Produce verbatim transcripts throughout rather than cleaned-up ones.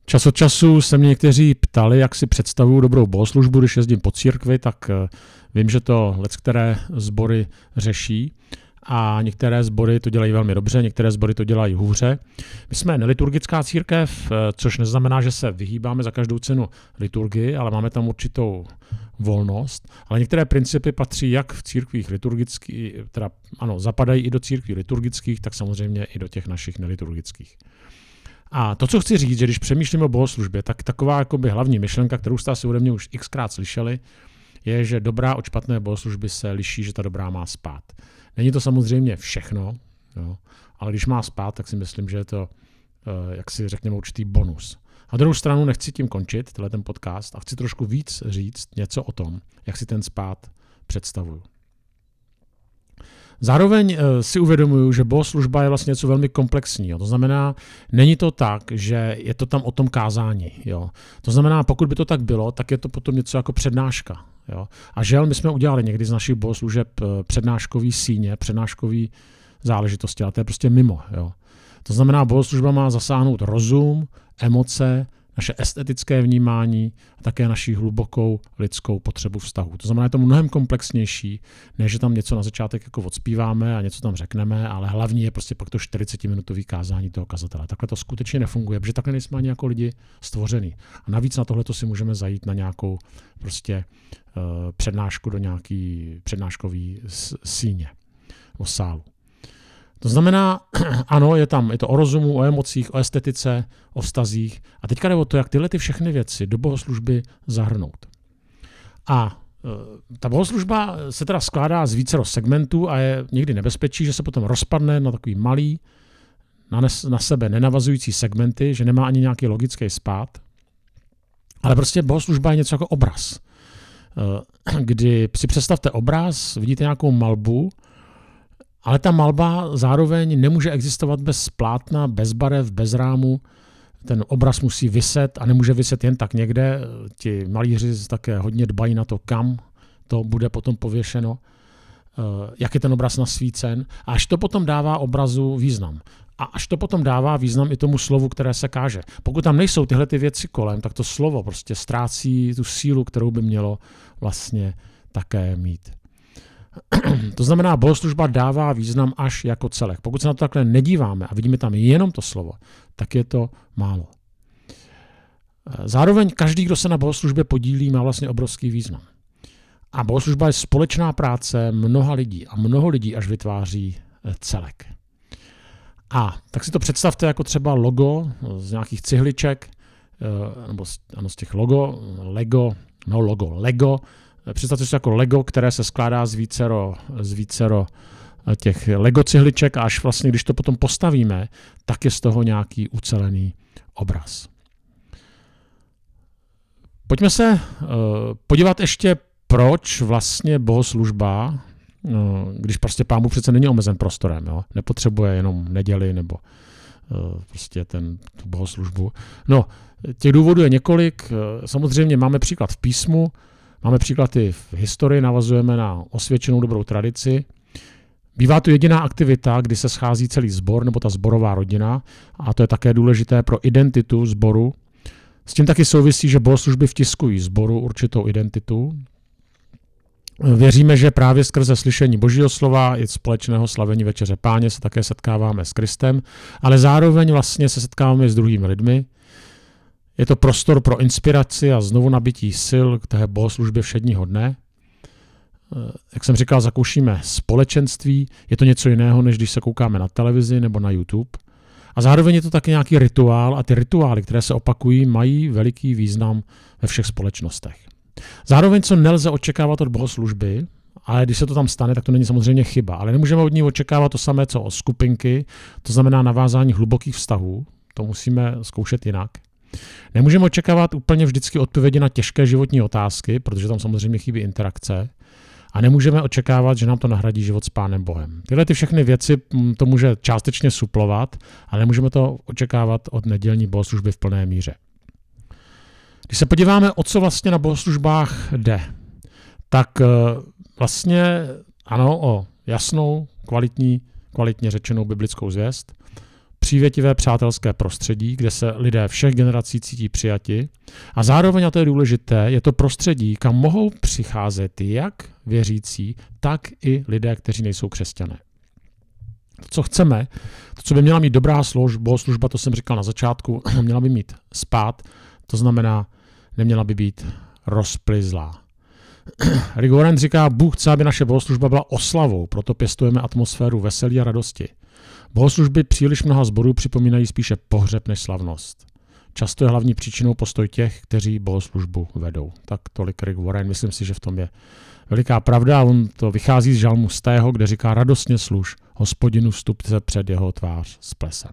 Čas od času se mě někteří ptali, jak si představuju dobrou bohoslužbu, když jezdím po církvi, tak vím, že to leckteré sbory řeší a některé sbory to dělají velmi dobře, některé sbory to dělají hůře. My jsme neliturgická církev, což neznamená, že se vyhýbáme za každou cenu liturgii, ale máme tam určitou volnost, ale některé principy patří jak v církvích liturgických, teda ano, zapadají i do církví liturgických, tak samozřejmě i do těch našich neliturgických. A to, co chci říct, že když přemýšlím o bohoslužbě, tak taková jakoby hlavní myšlenka, kterou jste asi ode mě už xkrát slyšeli, je, že dobrá od špatné bohoslužby se liší, že ta dobrá má spát. Není to samozřejmě všechno, jo, ale když má spát, tak si myslím, že je to, jak si řekněme, určitý bonus. A druhou stranu nechci tím končit, tenhle ten podcast, a chci trošku víc říct něco o tom, jak si ten spát představuju. Zároveň si uvědomuju, že bohoslužba je vlastně něco velmi komplexního. To znamená, není to tak, že je to tam o tom kázání. Jo. To znamená, pokud by to tak bylo, tak je to potom něco jako přednáška. Jo. A žel, my jsme udělali někdy z našich bohoslužeb přednáškový síně, přednáškový záležitosti, ale to je prostě mimo. Jo. To znamená, bohoslužba má zasáhnout rozum, emoce, naše estetické vnímání a také naši hlubokou lidskou potřebu vztahu. To znamená, je to mnohem komplexnější, než že tam něco na začátek jako odspíváme a něco tam řekneme, ale hlavní je prostě pak to čtyřicetiminutový kázání toho kazatele. Takhle to skutečně nefunguje, protože takhle nejsme ani jako lidi stvořený. A navíc na tohle si můžeme zajít na nějakou prostě uh, přednášku do nějaký přednáškový síně o sálu. To znamená, ano, je tam, je to o rozumu, o emocích, o estetice, o vztazích. A teďka jde o to, jak tyhle ty všechny věci do bohoslužby zahrnout. A e, ta bohoslužba se teda skládá z vícero segmentů a je někdy nebezpečí, že se potom rozpadne na takový malý, na, nes, na sebe nenavazující segmenty, že nemá ani nějaký logický spád. Ale prostě bohoslužba je něco jako obraz. E, kdy si představte obraz, vidíte nějakou malbu, ale ta malba zároveň nemůže existovat bez plátna, bez barev, bez rámu. Ten obraz musí viset a nemůže viset jen tak někde. Ti malíři také hodně dbají na to, kam to bude potom pověšeno, jak je ten obraz nasvícen. A až to potom dává obrazu význam. A až to potom dává význam i tomu slovu, které se káže. Pokud tam nejsou tyhle ty věci kolem, tak to slovo prostě ztrácí tu sílu, kterou by mělo vlastně také mít. To znamená, bohoslužba dává význam až jako celek. Pokud se na to takhle nedíváme a vidíme tam jenom to slovo, tak je to málo. Zároveň každý, kdo se na bohoslužbě podílí, má vlastně obrovský význam. A bohoslužba je společná práce mnoha lidí a mnoho lidí až vytváří celek. A tak si to představte jako třeba logo z nějakých cihliček, nebo z, ano, z těch logo, Lego, no logo, Lego. Představte si jako Lego, které se skládá z vícero, z vícero těch Lego cihliček a až vlastně, když to potom postavíme, tak je z toho nějaký ucelený obraz. Pojďme se uh, podívat ještě, proč vlastně bohoslužba, uh, když prostě Pán Bůh přece není omezen prostorem, jo? Nepotřebuje jenom neděli nebo uh, prostě ten, tu bohoslužbu. No, těch důvodů je několik. Samozřejmě máme příklad v písmu, máme příklad i v historii, navazujeme na osvědčenou dobrou tradici. Bývá to jediná aktivita, kdy se schází celý sbor nebo ta sborová rodina a to je také důležité pro identitu sboru. S tím taky souvisí, že bohoslužby vtiskují sboru určitou identitu. Věříme, že právě skrze slyšení Božího slova i společného slavení Večeře Páně se také setkáváme s Kristem, ale zároveň vlastně se setkáváme s druhými lidmi. Je to prostor pro inspiraci a znovu nabití sil k té bohoslužbě všedního dne. Jak jsem říkal, zakoušíme společenství, je to něco jiného, než když se koukáme na televizi nebo na YouTube. A zároveň je to taky nějaký rituál a ty rituály, které se opakují, mají veliký význam ve všech společnostech. Zároveň, co nelze očekávat od bohoslužby, ale když se to tam stane, tak to není samozřejmě chyba, ale nemůžeme od ní očekávat to samé, co od skupinky, to znamená navázání hlubokých vztahů, to musíme zkoušet jinak. Nemůžeme očekávat úplně vždycky odpovědi na těžké životní otázky, protože tam samozřejmě chybí interakce. A nemůžeme očekávat, že nám to nahradí život s Pánem Bohem. Tyhle ty všechny věci to může částečně suplovat, ale nemůžeme to očekávat od nedělní bohoslužby v plné míře. Když se podíváme, o co vlastně na bohoslužbách jde, tak vlastně ano, o jasnou, kvalitní, kvalitně řečenou biblickou zvěst, přívětivé přátelské prostředí, kde se lidé všech generací cítí přijati. A zároveň, a to je důležité, je to prostředí, kam mohou přicházet jak věřící, tak i lidé, kteří nejsou křesťané. To, co chceme, to, co by měla mít dobrá bohoslužba, to jsem říkal na začátku, měla by mít spát, to znamená, neměla by být rozplyzlá. Rick Warren říká, Bůh chce, aby naše bohoslužba byla oslavou, proto pěstujeme atmosféru veselí a radosti. Bohoslužby příliš mnoha sborů připomínají spíše pohřeb než slavnost. Často je hlavní příčinou postoj těch, kteří bohoslužbu vedou. Tak tolik Rick Warren, myslím si, že v tom je veliká pravda a on to vychází z žalmu stého, kde říká radostně služ, Hospodinu vstupce před jeho tvář s plesem.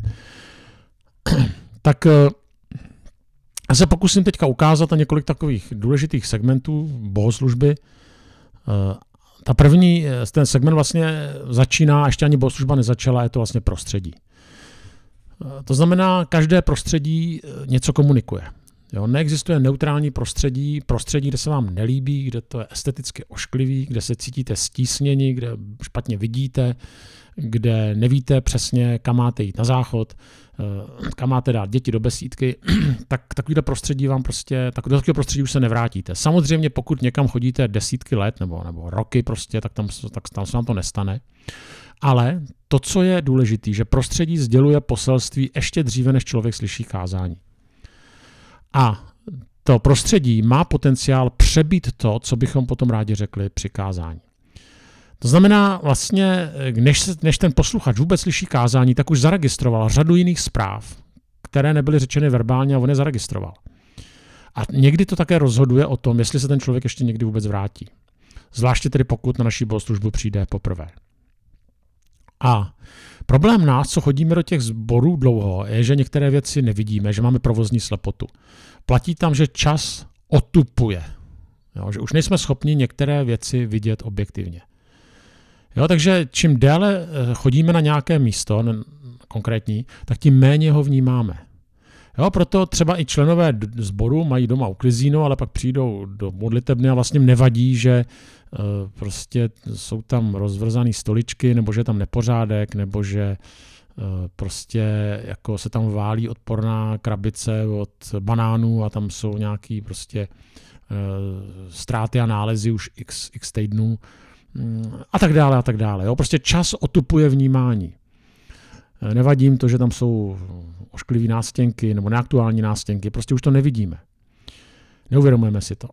Tak já se pokusím teďka ukázat na několik takových důležitých segmentů bohoslužby. Ta první, ten segment vlastně začíná, ještě ani bohoslužba nezačala, je to vlastně prostředí. To znamená, každé prostředí něco komunikuje. Jo, neexistuje neutrální prostředí, prostředí, kde se vám nelíbí, kde to je esteticky ošklivý, kde se cítíte stísněni, kde špatně vidíte, kde nevíte přesně, kam máte jít na záchod, kam máte dát děti do besídky, tak takovýhle prostředí vám prostě, tak do takového prostředí už se nevrátíte. Samozřejmě, pokud někam chodíte desítky let nebo, nebo roky prostě, tak tam, tak tam se vám to nestane. Ale to, co je důležité, že prostředí sděluje poselství ještě dříve, než člověk slyší kázání. A to prostředí má potenciál přebít to, co bychom potom rádi řekli při kázání. To znamená vlastně, než, se, než ten posluchač vůbec slyší kázání, tak už zaregistroval řadu jiných zpráv, které nebyly řečeny verbálně a on je zaregistroval. A někdy to také rozhoduje o tom, jestli se ten člověk ještě někdy vůbec vrátí. Zvláště tedy pokud na naší bohoslužbu přijde poprvé. A problém nás, co chodíme do těch sborů dlouho, je, že některé věci nevidíme, že máme provozní slepotu. Platí tam, že čas otupuje. Jo, že už nejsme schopni některé věci vidět objektivně. Jo, takže čím déle chodíme na nějaké místo konkrétní, tak tím méně ho vnímáme. Jo, proto třeba i členové sboru mají doma uklizíno, ale pak přijdou do modlitebny a vlastně nevadí, že uh, prostě jsou tam rozvrzané stoličky, nebo že je tam nepořádek, nebo že uh, prostě jako se tam válí odporná krabice od banánů a tam jsou nějaký prostě uh, ztráty a nálezy už x, x týdnů a tak dále a tak dále. Jo. Prostě čas otupuje vnímání. Nevadí jim to, že tam jsou ošklivý nástěnky nebo neaktuální nástěnky, prostě už to nevidíme. Neuvědomujeme si to.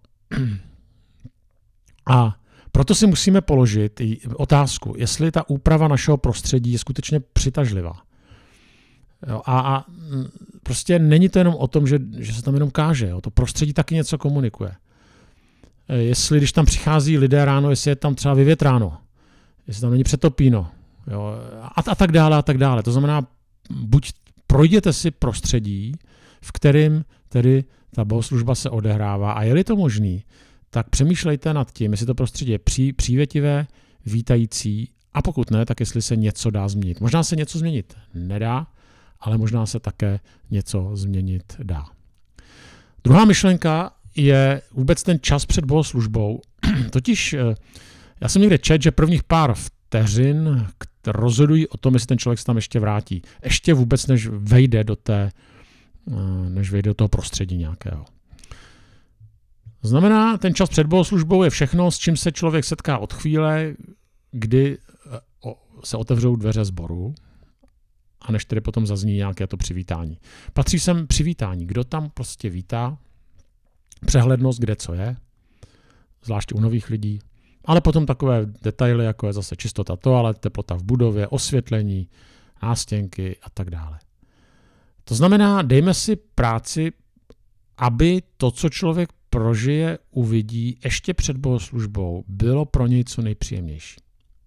A proto si musíme položit i otázku, jestli ta úprava našeho prostředí je skutečně přitažlivá. Jo, a, a prostě není to jenom o tom, že, že se tam jenom káže. Jo. To prostředí taky něco komunikuje. Jestli, když tam přichází lidé ráno, jestli je tam třeba vyvětráno, jestli tam není přetopíno, jo, a, a tak dále, a tak dále. To znamená, buď projděte si prostředí, v kterém tedy ta bohoslužba se odehrává a je-li to možný, tak přemýšlejte nad tím, jestli to prostředí je pří, přívětivé, vítající a pokud ne, tak jestli se něco dá změnit. Možná se něco změnit nedá, ale možná se také něco změnit dá. Druhá myšlenka je vůbec ten čas před bohoslužbou. Totiž já jsem někde četl, že prvních pár vteřin rozhodují o tom, jestli ten člověk se tam ještě vrátí. Ještě vůbec, než vejde do té, než vejde do toho prostředí nějakého. Znamená, ten čas před bohoslužbou je všechno, s čím se člověk setká od chvíle, kdy se otevřou dveře sboru a než tedy potom zazní nějaké to přivítání. Patří sem přivítání. Kdo tam prostě vítá? Přehlednost, kde co je, zvláště u nových lidí, ale potom takové detaily, jako je zase čistota toalet, teplota v budově, osvětlení, nástěnky a tak dále. To znamená, dejme si práci, aby to, co člověk prožije, uvidí ještě před bohoslužbou, bylo pro něj co nejpříjemnější.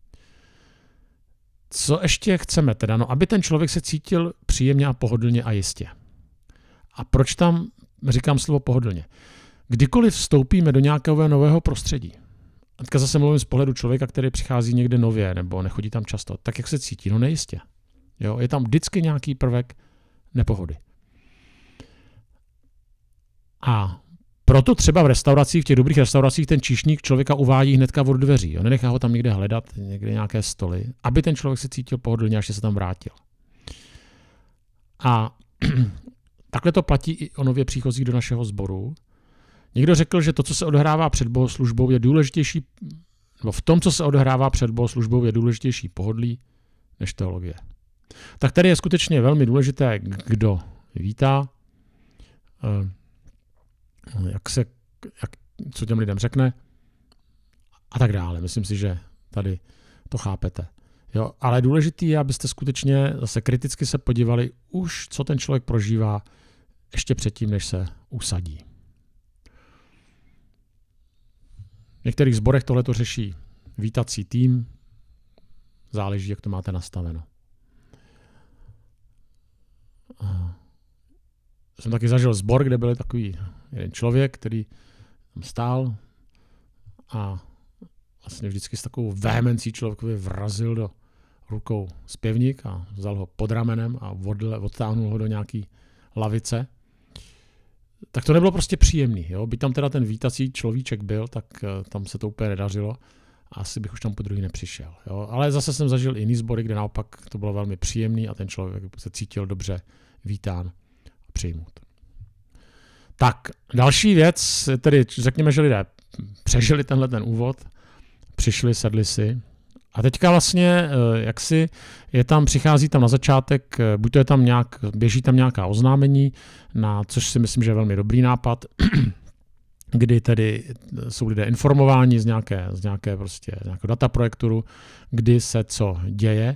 Co ještě chceme teda? No, aby ten člověk se cítil příjemně a pohodlně a jistě. A proč tam říkám slovo pohodlně? Kdykoliv vstoupíme do nějakého nového prostředí, a teďka zase mluvím z pohledu člověka, který přichází někde nově nebo nechodí tam často, tak jak se cítí? No nejistě. Jo, je tam vždycky nějaký prvek nepohody. A proto třeba v restauracích, v těch dobrých restauracích ten číšník člověka uvádí hnedka od dveří. Jo? Nenechá ho tam někde hledat, někde nějaké stoly, aby ten člověk se cítil pohodlně, až se tam vrátil. A takhle to platí i o nově příchozích do našeho sboru. Někdo řekl, že to, co se odehrává před bohoslužbou, je důležitější, nebo v tom, co se odehrává před bohoslužbou, je důležitější pohodlí než teologie. Tak tady je skutečně velmi důležité, kdo vítá, jak se, jak, co těm lidem řekne a tak dále. Myslím si, že tady to chápete. Jo, ale důležité je, abyste skutečně zase kriticky se podívali už, co ten člověk prožívá ještě předtím, než se usadí. V některých sborech tohle to řeší vítací tým, záleží, jak to máte nastaveno. Jsem taky zažil sbor, kde byl takový jeden člověk, který tam stál a vlastně vždycky s takovou vehemencí člověkovi vrazil do rukou zpěvník a vzal ho pod ramenem a odtáhnul ho do nějaký lavice. Tak to nebylo prostě příjemný. Jo? Byť tam teda ten vítací človíček byl, tak tam se to úplně nedařilo. Asi bych už tam po druhý nepřišel. Jo? Ale zase jsem zažil jiný sbory, kde naopak to bylo velmi příjemný a ten člověk se cítil dobře vítán a přijmut. Tak, další věc, tedy řekněme, že lidé přežili tenhle ten úvod, přišli, sedli si a teďka vlastně, jak si je tam, přichází tam na začátek, buď to je tam nějak, běží tam nějaká oznámení, na což si myslím, že je velmi dobrý nápad, kdy tedy jsou lidé informováni z nějaké, z nějaké prostě nějakého dataprojektoru, kdy se co děje.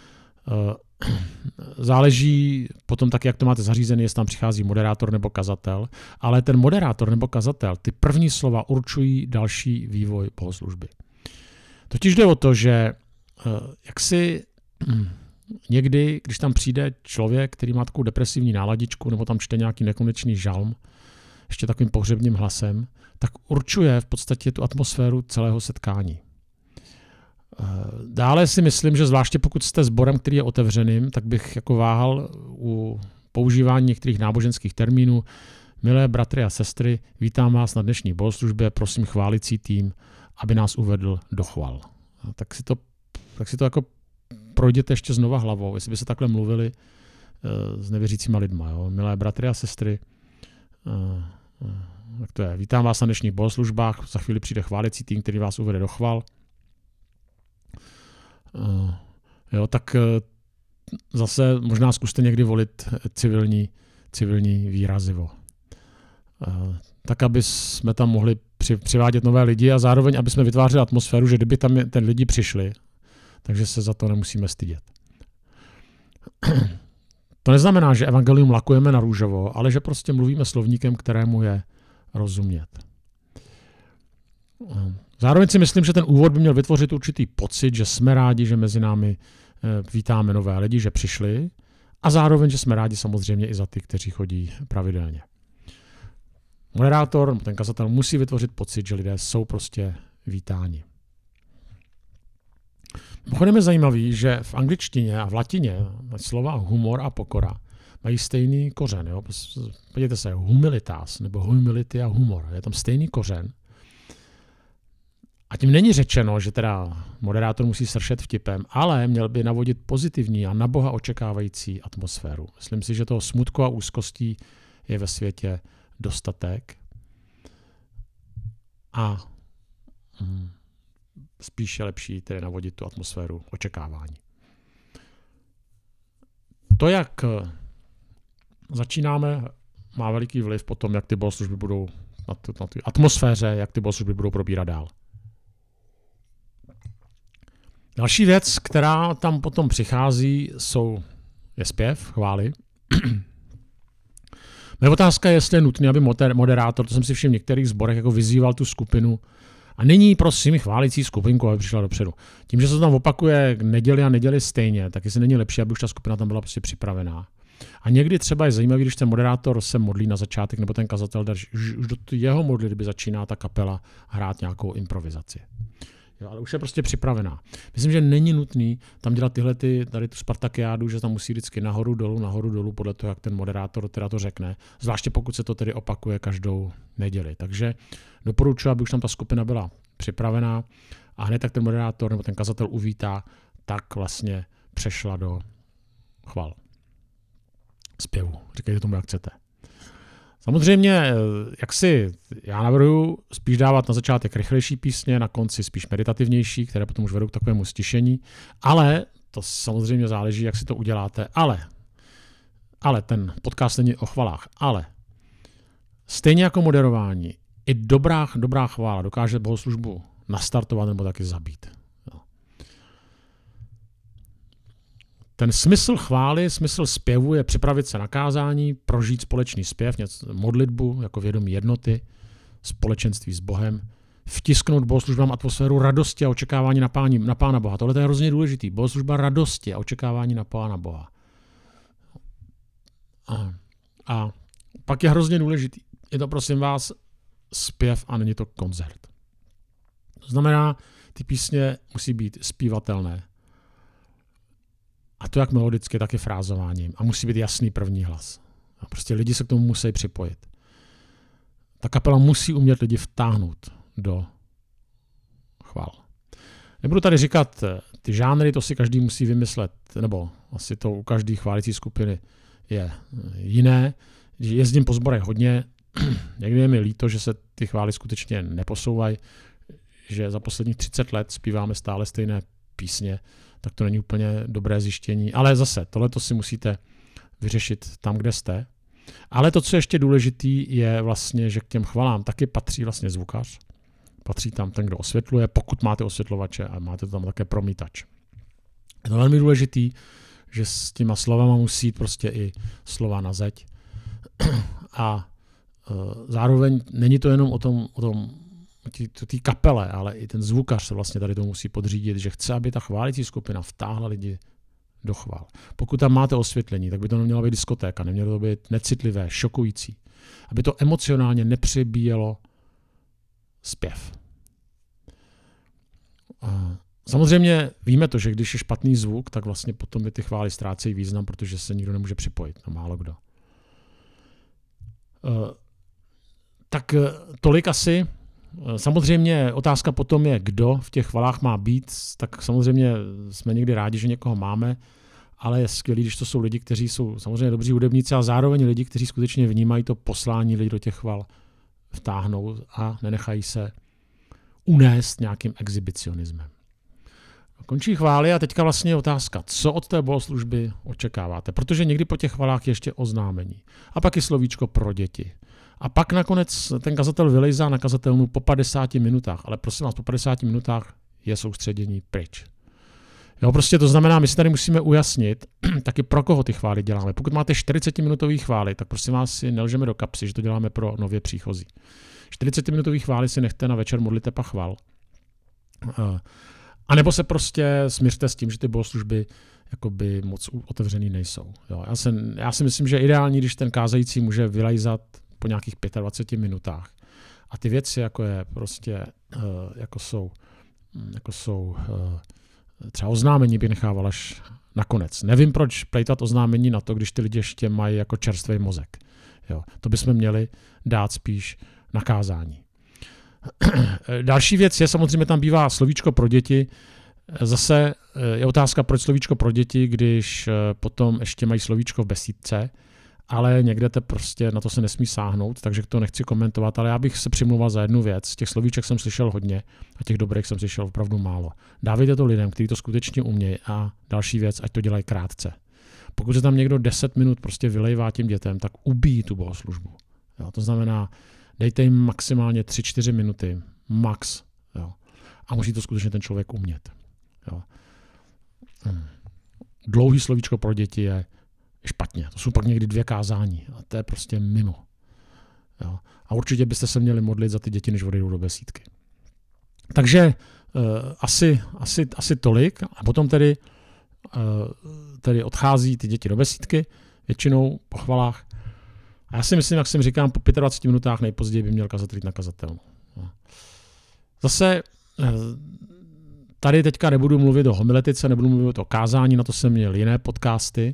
Záleží potom tak, jak to máte zařízené, jestli tam přichází moderátor nebo kazatel, ale ten moderátor nebo kazatel, ty první slova určují další vývoj bohoslužby. Totiž jde o to, že jak si někdy, když tam přijde člověk, který má takovou depresivní náladičku nebo tam čte nějaký nekonečný žalm, ještě takovým pohřebním hlasem, tak určuje v podstatě tu atmosféru celého setkání. Dále si myslím, že zvláště pokud jste sborem, který je otevřeným, tak bych jako váhal u používání některých náboženských termínů. Milé bratry a sestry, vítám vás na dnešní bohoslužbě, prosím chválicí tým, aby nás uvedl do chval. Tak si to, tak si to jako projděte ještě znova hlavou, jestli by se takhle mluvili uh, s nevěřícíma lidma. Jo? Milé bratry a sestry, uh, uh, tak to je. Vítám vás na dnešních bohoslužbách, za chvíli přijde chválicí tým, který vás uvede do chval. Uh, jo, tak uh, zase možná zkuste někdy volit civilní, civilní výrazivo. Uh, tak, aby jsme tam mohli při, přivádět nové lidi a zároveň, aby jsme vytvářeli atmosféru, že kdyby tam ten lidi přišli, takže se za to nemusíme stydět. To neznamená, že evangelium lakujeme na růžovo, ale že prostě mluvíme slovníkem, kterému je rozumět. Zároveň si myslím, že ten úvod by měl vytvořit určitý pocit, že jsme rádi, že mezi námi vítáme nové lidi, že přišli, a zároveň, že jsme rádi samozřejmě i za ty, kteří chodí pravidelně. Moderátor, ten kazatel musí vytvořit pocit, že lidé jsou prostě vítáni. Mimochodem je zajímavý, že v angličtině a v latině slova humor a pokora mají stejný kořen. Jo? Podívejte se, humilitas nebo humility a humor. Je tam stejný kořen. A tím není řečeno, že teda moderátor musí sršet vtipem, ale měl by navodit pozitivní a na Boha očekávající atmosféru. Myslím si, že toho smutku a úzkostí je ve světě dostatek. A hm, spíš je lepší tedy navodit tu atmosféru očekávání. To, jak začínáme, má veliký vliv potom, jak ty bohoslužby budou na tu, na tu atmosféře, jak ty bohoslužby budou probírat dál. Další věc, která tam potom přichází, jsou, je zpěv, chvály. Moje otázka je, jestli je nutný, aby moderátor, to jsem si všiml v některých sborech, jako vyzýval tu skupinu, a nyní prosím chválící skupinku, aby přišla dopředu. Tím, že se to tam opakuje neděli a neděli stejně, tak jestli není lepší, aby už ta skupina tam byla prostě připravená. A někdy třeba je zajímavý, když ten moderátor se modlí na začátek, nebo ten kazatel, už, už do jeho modlitby začíná ta kapela hrát nějakou improvizaci. Jo, ale už je prostě připravená. Myslím, že není nutný tam dělat tyhle ty, tady tu Spartakiádu, že tam musí vždycky nahoru dolů, nahoru dolů, podle toho, jak ten moderátor teda to řekne. Zvláště pokud se to tedy opakuje každou neděli. Takže doporučuji, aby už tam ta skupina byla připravená a hned tak ten moderátor nebo ten kazatel uvítá, tak vlastně přešla do chval. zpěvu. Říkejte tomu, jak chcete. Samozřejmě, jak si já navrhuji spíš dávat na začátek rychlejší písně, na konci spíš meditativnější, které potom už vedou k takovému stišení, ale to samozřejmě záleží, jak si to uděláte. Ale, ale ten podcast není o chvalách, ale stejně jako moderování, i dobrá, dobrá chvála dokáže bohoslužbu nastartovat nebo taky zabít. Jo. Ten smysl chvály, smysl zpěvu je připravit se na kázání, prožít společný zpěv, něco, modlitbu jako vědomí jednoty, společenství s Bohem, vtisknout bohoslužbám atmosféru radosti a očekávání na, páni, na Pána Boha. Tohle je hrozně důležitý. Bohoslužba radosti a očekávání na Pána Boha. A, a pak je hrozně důležitý. Je to, prosím vás, zpěv a není to koncert. To znamená, ty písně musí být zpívatelné. A to jak melodicky, tak i frázováním. A musí být jasný první hlas. A prostě lidi se k tomu musí připojit. Ta kapela musí umět lidi vtáhnout do chvál. Nebudu tady říkat ty žánry, to si každý musí vymyslet, nebo asi to u každé chválící skupiny je jiné. Jezdím po sborech hodně, někdy je mi líto, že se ty chvály skutečně neposouvají, že za posledních třicet let zpíváme stále stejné písně, tak to není úplně dobré zjištění. Ale zase, tohleto si musíte vyřešit tam, kde jste. Ale to, co je ještě důležitý, je vlastně, že k těm chvalám taky patří vlastně zvukař. Patří tam ten, kdo osvětluje, pokud máte osvětlovače a máte tam také promítač. Je to velmi důležitý, že s těma slovama musí jít prostě i slova na zeď. A e, zároveň není to jenom o tom, o tom té kapele, ale i ten zvukař se vlastně tady to musí podřídit, že chce, aby ta chválící skupina vtáhla lidi do chvál. Pokud tam máte osvětlení, tak by to neměla být diskotéka, nemělo to být necitlivé, šokující. Aby to emocionálně nepřibíjelo zpěv. A samozřejmě víme to, že když je špatný zvuk, tak vlastně potom by ty chvály ztrácejí význam, protože se nikdo nemůže připojit, no málo kdo. Tak tolik asi. Samozřejmě otázka potom je, kdo v těch chvalách má být, tak samozřejmě jsme někdy rádi, že někoho máme, ale je skvělý, když to jsou lidi, kteří jsou samozřejmě dobří hudebníci a zároveň lidi, kteří skutečně vnímají to poslání lidi do těch chval vtáhnout a nenechají se unést nějakým exhibicionismem. Končí chvály a teďka vlastně je otázka, co od té bohoslužby očekáváte, protože někdy po těch chvalách je ještě oznámení a pak je slovíčko pro děti. A pak nakonec ten kazatel vylejzá na kazatelnu po padesáti minutách, ale prosím vás, po padesáti minutách je soustředění pryč. Jo, prostě to znamená, my si tady musíme ujasnit, taky pro koho ty chvály děláme. Pokud máte čtyřicetiminutový chvály, tak prosím vás si nelžeme do kapsy, že to děláme pro nově příchozí. čtyřicetiminutový chvály si nechte na večer modliteb a chval. A nebo se prostě smiřte s tím, že ty bohoslužby jakoby moc otevřený nejsou. Jo, já, se, já si myslím, že je ideální, když ten kázající může vylejzat po nějakých dvaceti pěti minutách. A ty věci, jako je prostě, jako jsou, jako jsou třeba oznámení, bych nechával až nakonec. Nevím, proč plejtat oznámení na to, když ty lidi ještě mají jako čerstvý mozek. Jo, to bychom měli dát spíš na kázání. Další věc je, samozřejmě tam bývá slovíčko pro děti. Zase je otázka, proč slovíčko pro děti, když potom ještě mají slovíčko v besídce, ale někde te prostě na to se nesmí sáhnout, takže to nechci komentovat, ale já bych se přimlouval za jednu věc. Těch slovíček jsem slyšel hodně a těch dobrých jsem slyšel opravdu málo. Dávejte to lidem, kteří to skutečně umějí, a další věc, ať to dělají krátce. Pokud se tam někdo deset minut prostě vylejvá tím dětem, tak ubíjí tu bohoslužbu. Jo, to znamená, dejte jim maximálně tři čtyři minuty, max. Jo. A musí to skutečně ten člověk umět. Jo. Dlouhý slovíčko pro děti je špatně. To jsou pak někdy dvě kázání. A to je prostě mimo. Jo. A určitě byste se měli modlit za ty děti, než odejdou do besídky. Takže uh, asi, asi, asi tolik. A potom tedy, uh, tedy odchází ty děti do besídky, většinou po chvalách. A já si myslím, jak jsem říkám, po dvaceti pěti minutách nejpozději by měl kazatel jít na kazatelnu. Zase tady teďka nebudu mluvit o homiletice, nebudu mluvit o kázání, na to jsem měl jiné podcasty.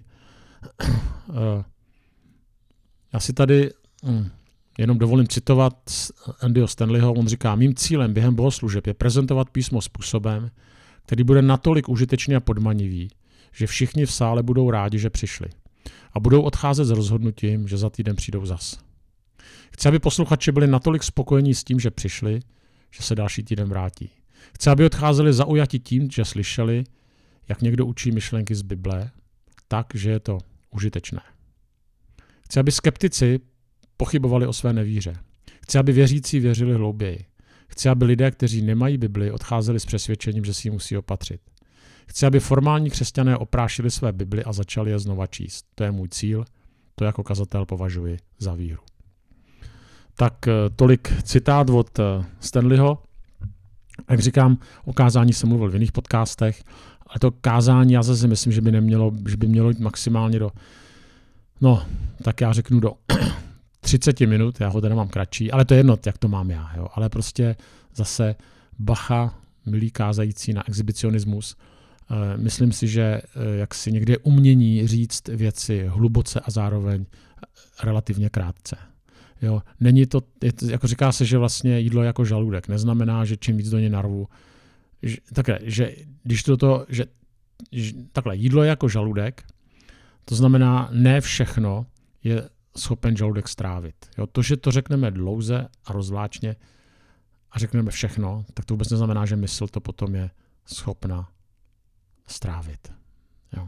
Já si tady jenom dovolím citovat Andyho Stanleyho. On říká, mým cílem během bohoslužeb je prezentovat písmo způsobem, který bude natolik užitečný a podmanivý, že všichni v sále budou rádi, že přišli. a budou odcházet s rozhodnutím, že za týden přijdou zas. Chci, aby posluchači byli natolik spokojení s tím, že přišli, že se další týden vrátí. Chci, aby odcházeli zaujati tím, že slyšeli, jak někdo učí myšlenky z Bible, tak, že je to užitečné. Chci, aby skeptici pochybovali o své nevíře. Chci, aby věřící věřili hlouběji. Chci, aby lidé, kteří nemají Bibli, odcházeli s přesvědčením, že si ji musí opatřit. Chci, aby formální křesťané oprášili své Bibli a začali je znova číst. To je můj cíl, to jako kazatel považuji za výhru. Tak tolik citát od Stanleyho. Jak říkám, o kázání jsem mluvil v jiných podcastech, ale to kázání, já zase myslím, že by nemělo, že by mělo jít maximálně do, no, tak já řeknu do třicet minut, já ho teda mám kratší, ale to je jedno, jak to mám já, jo. Ale prostě zase bacha, milí kázající, na exhibicionismus. E, myslím si, že e, jak si někdy je umění říct věci hluboce a zároveň relativně krátce. Jo, není to, je, jako říká se, že vlastně jídlo je jako žaludek. Neznamená, že čím víc do něj narvu, že, takhle, že když toto, že, že takhle, jídlo je jako žaludek, to znamená, ne všechno je schopen žaludek strávit. Jo, to, že to řekneme dlouze a rozvláčně a řekneme všechno, tak to vůbec neznamená, že mysl to potom je schopna strávit. Jo.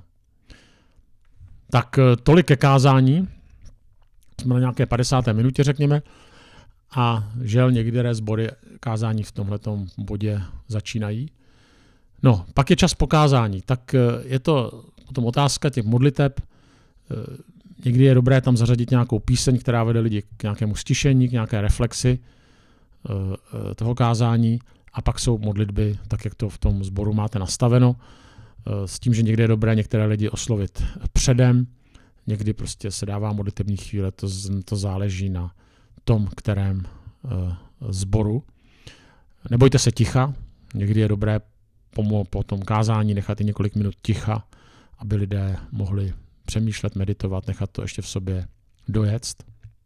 Tak tolik ke kázání. Jsme na nějaké padesáté minutě, řekněme, a žel některé sbory kázání v tomhletom bodě začínají. No, pak je čas pokázání. Tak je to potom otázka těch modliteb. Někdy je dobré tam zařadit nějakou píseň, která vede lidi k nějakému stišení, k nějaké reflexi toho kázání, a pak jsou modlitby, tak jak to v tom sboru máte nastaveno, s tím, že někdy je dobré některé lidi oslovit předem. Někdy prostě se dává modlitební chvíle, to, to záleží na tom, kterém uh, sboru. Nebojte se ticha, někdy je dobré po, po tom kázání nechat i několik minut ticha, aby lidé mohli přemýšlet, meditovat, nechat to ještě v sobě dojet.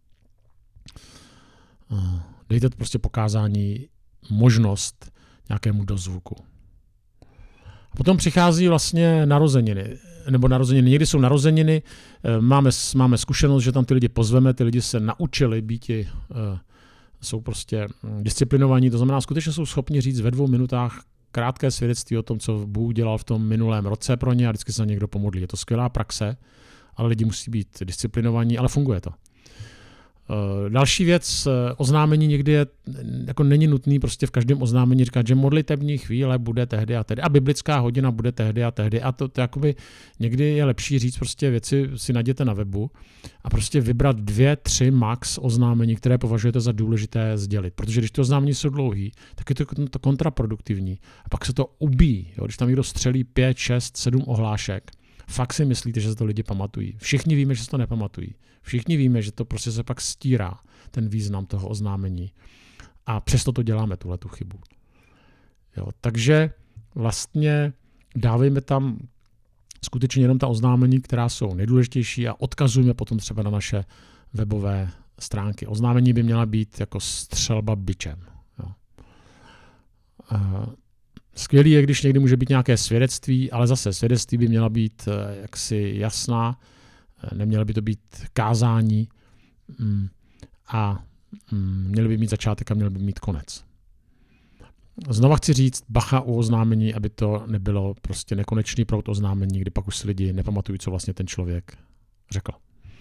Uh, dejte prostě po kázání možnost nějakému dozvuku. A potom přichází vlastně narozeniny, nebo narozeniny, někdy jsou narozeniny, máme, máme zkušenost, že tam ty lidi pozveme, ty lidi se naučili být, jsou prostě disciplinovaní, to znamená, skutečně jsou schopni říct ve dvou minutách krátké svědectví o tom, co Bůh dělal v tom minulém roce pro ně, a vždycky se někdo pomodlí. Je to skvělá praxe, ale lidi musí být disciplinovaní, ale funguje to. Další věc, oznámení někdy je, jako není nutný prostě v každém oznámení říkat, že modlitební chvíle bude tehdy a tehdy a biblická hodina bude tehdy a tehdy, a to, to jakoby někdy je lepší říct prostě věci si najděte na webu a prostě vybrat dvě, tři max oznámení, které považujete za důležité sdělit, protože když ty oznámení jsou dlouhý, tak je to, to kontraproduktivní a pak se to ubíjí, jo? Když tam někdo střelí pět, šest, sedm ohlášek, fakt si myslíte, že se to lidi pamatují. Všichni víme, že se to nepamatují. Všichni víme, že to prostě se pak stírá, ten význam toho oznámení. A přesto to děláme, tuhletu chybu. Jo, takže vlastně dávejme tam skutečně jenom ta oznámení, která jsou nejdůležitější, a odkazujeme potom třeba na naše webové stránky. Oznámení by měla být jako střelba bičem. Jo. Skvělý je, když někdy může být nějaké svědectví, ale zase svědectví by měla být jaksi jasná, nemělo by to být kázání a měly by mít začátek a měly by mít konec. Znova chci říct, bacha u oznámení, aby to nebylo prostě nekonečný proud oznámení, kdy pak už si lidi nepamatují, co vlastně ten člověk řekl.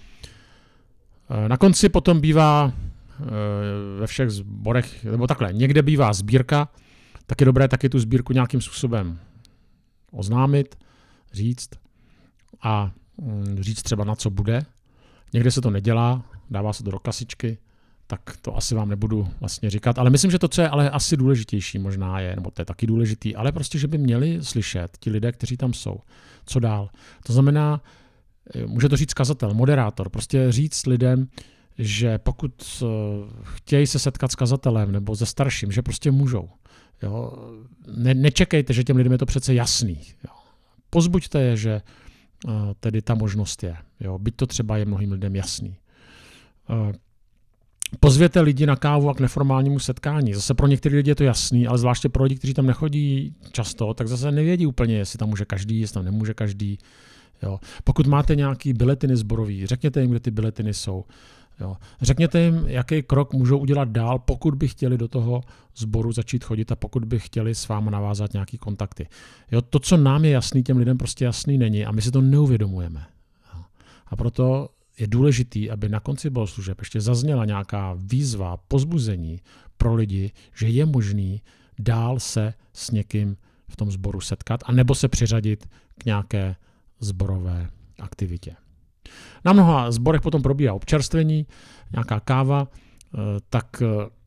Na konci potom bývá ve všech sborech, nebo takhle, někde bývá sbírka, tak je dobré taky tu sbírku nějakým způsobem oznámit, říct a říct třeba na co bude. Někde se to nedělá, dává se to do kasičky, tak to asi vám nebudu vlastně říkat, ale myslím, že to, co je ale asi důležitější možná je, nebo to je taky důležitý, ale prostě, že by měli slyšet ti lidé, kteří tam jsou, co dál. To znamená, může to říct kazatel, moderátor, prostě říct lidem, že pokud chtějí se setkat s kazatelem nebo se starším, že prostě můžou. Jo? Ne, nečekejte, že těm lidem je to přece jasný. Jo? Pozbuďte je, že uh, tedy ta možnost je. Jo? Byť to třeba je mnohým lidem jasný. Uh, pozvěte lidi na kávu a k neformálnímu setkání. Zase pro některé lidi je to jasný, ale zvláště pro lidi, kteří tam nechodí často, tak zase nevědí úplně, jestli tam může každý, jestli tam nemůže každý. Jo. Pokud máte nějaký biletiny sborový, řekněte jim, kde ty biletiny jsou. Jo. Řekněte jim, jaký krok můžou udělat dál, pokud by chtěli do toho sboru začít chodit a pokud by chtěli s váma navázat nějaký kontakty. Jo. To, co nám je jasný, těm lidem prostě jasný není a my si to neuvědomujeme. Jo. A proto je důležitý, aby na konci bohoslužeb ještě zazněla nějaká výzva, pozbuzení pro lidi, že je možný dál se s někým v tom sboru setkat a nebo se přiřadit k nějaké sborové aktivitě. Na mnoha sborech potom probíhá občerstvení, nějaká káva, tak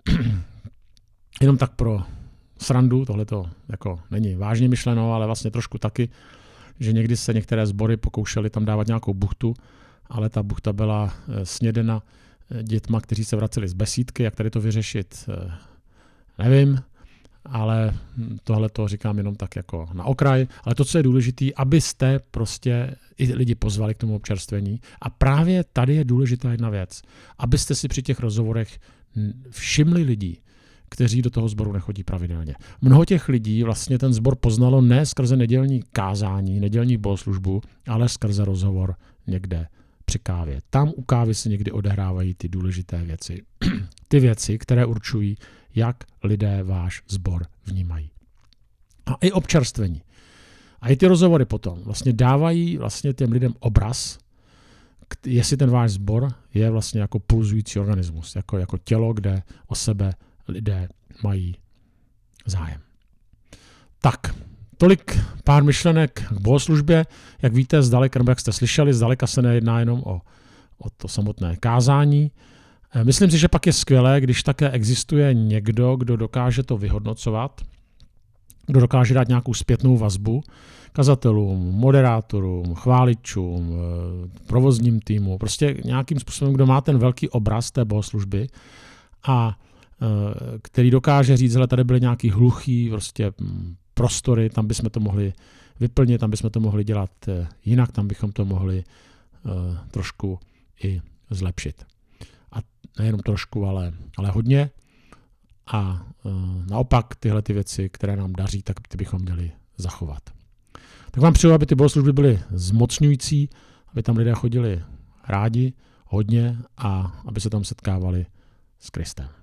jenom tak pro srandu, tohle to jako není vážně myšleno, ale vlastně trošku taky, že někdy se některé sbory pokoušely tam dávat nějakou buchtu, ale ta buchta byla snědena dětma, kteří se vraceli z besídky, jak tady to vyřešit, nevím, ale tohle to říkám jenom tak jako na okraj, ale to, co je důležité, abyste prostě i lidi pozvali k tomu občerstvení a právě tady je důležitá jedna věc, abyste si při těch rozhovorech všimli lidí, kteří do toho sboru nechodí pravidelně. Mnoho těch lidí vlastně ten sbor poznalo ne skrze nedělní kázání, nedělní bohoslužbu, ale skrze rozhovor někde při kávě. Tam u kávy se někdy odehrávají ty důležité věci. Ty věci, které určují, jak lidé váš sbor vnímají. A i občerstvení. A i ty rozhovory potom vlastně dávají vlastně těm lidem obraz, jestli ten váš sbor je vlastně jako pulzující organismus, jako, jako tělo, kde o sebe lidé mají zájem. Tak, tolik pár myšlenek k bohoslužbě. Jak víte, zdaleka, nebo jak jste slyšeli, zdaleka se nejedná jenom o, o to samotné kázání. Myslím si, že pak je skvělé, když také existuje někdo, kdo dokáže to vyhodnocovat, kdo dokáže dát nějakou zpětnou vazbu kazatelům, moderátorům, chváličům, provozním týmu, prostě nějakým způsobem, kdo má ten velký obraz té bohoslužby a který dokáže říct, že tady byly nějaký hluchý prostě prostory, tam bychom to mohli vyplnit, tam bychom to mohli dělat jinak, tam bychom to mohli trošku i zlepšit. A nejenom trošku, ale, ale hodně. A uh, naopak tyhle ty věci, které nám daří, tak ty bychom měli zachovat. Tak vám přeju, aby ty bohoslužby byly zmocňující, aby tam lidé chodili rádi, hodně a aby se tam setkávali s Kristem.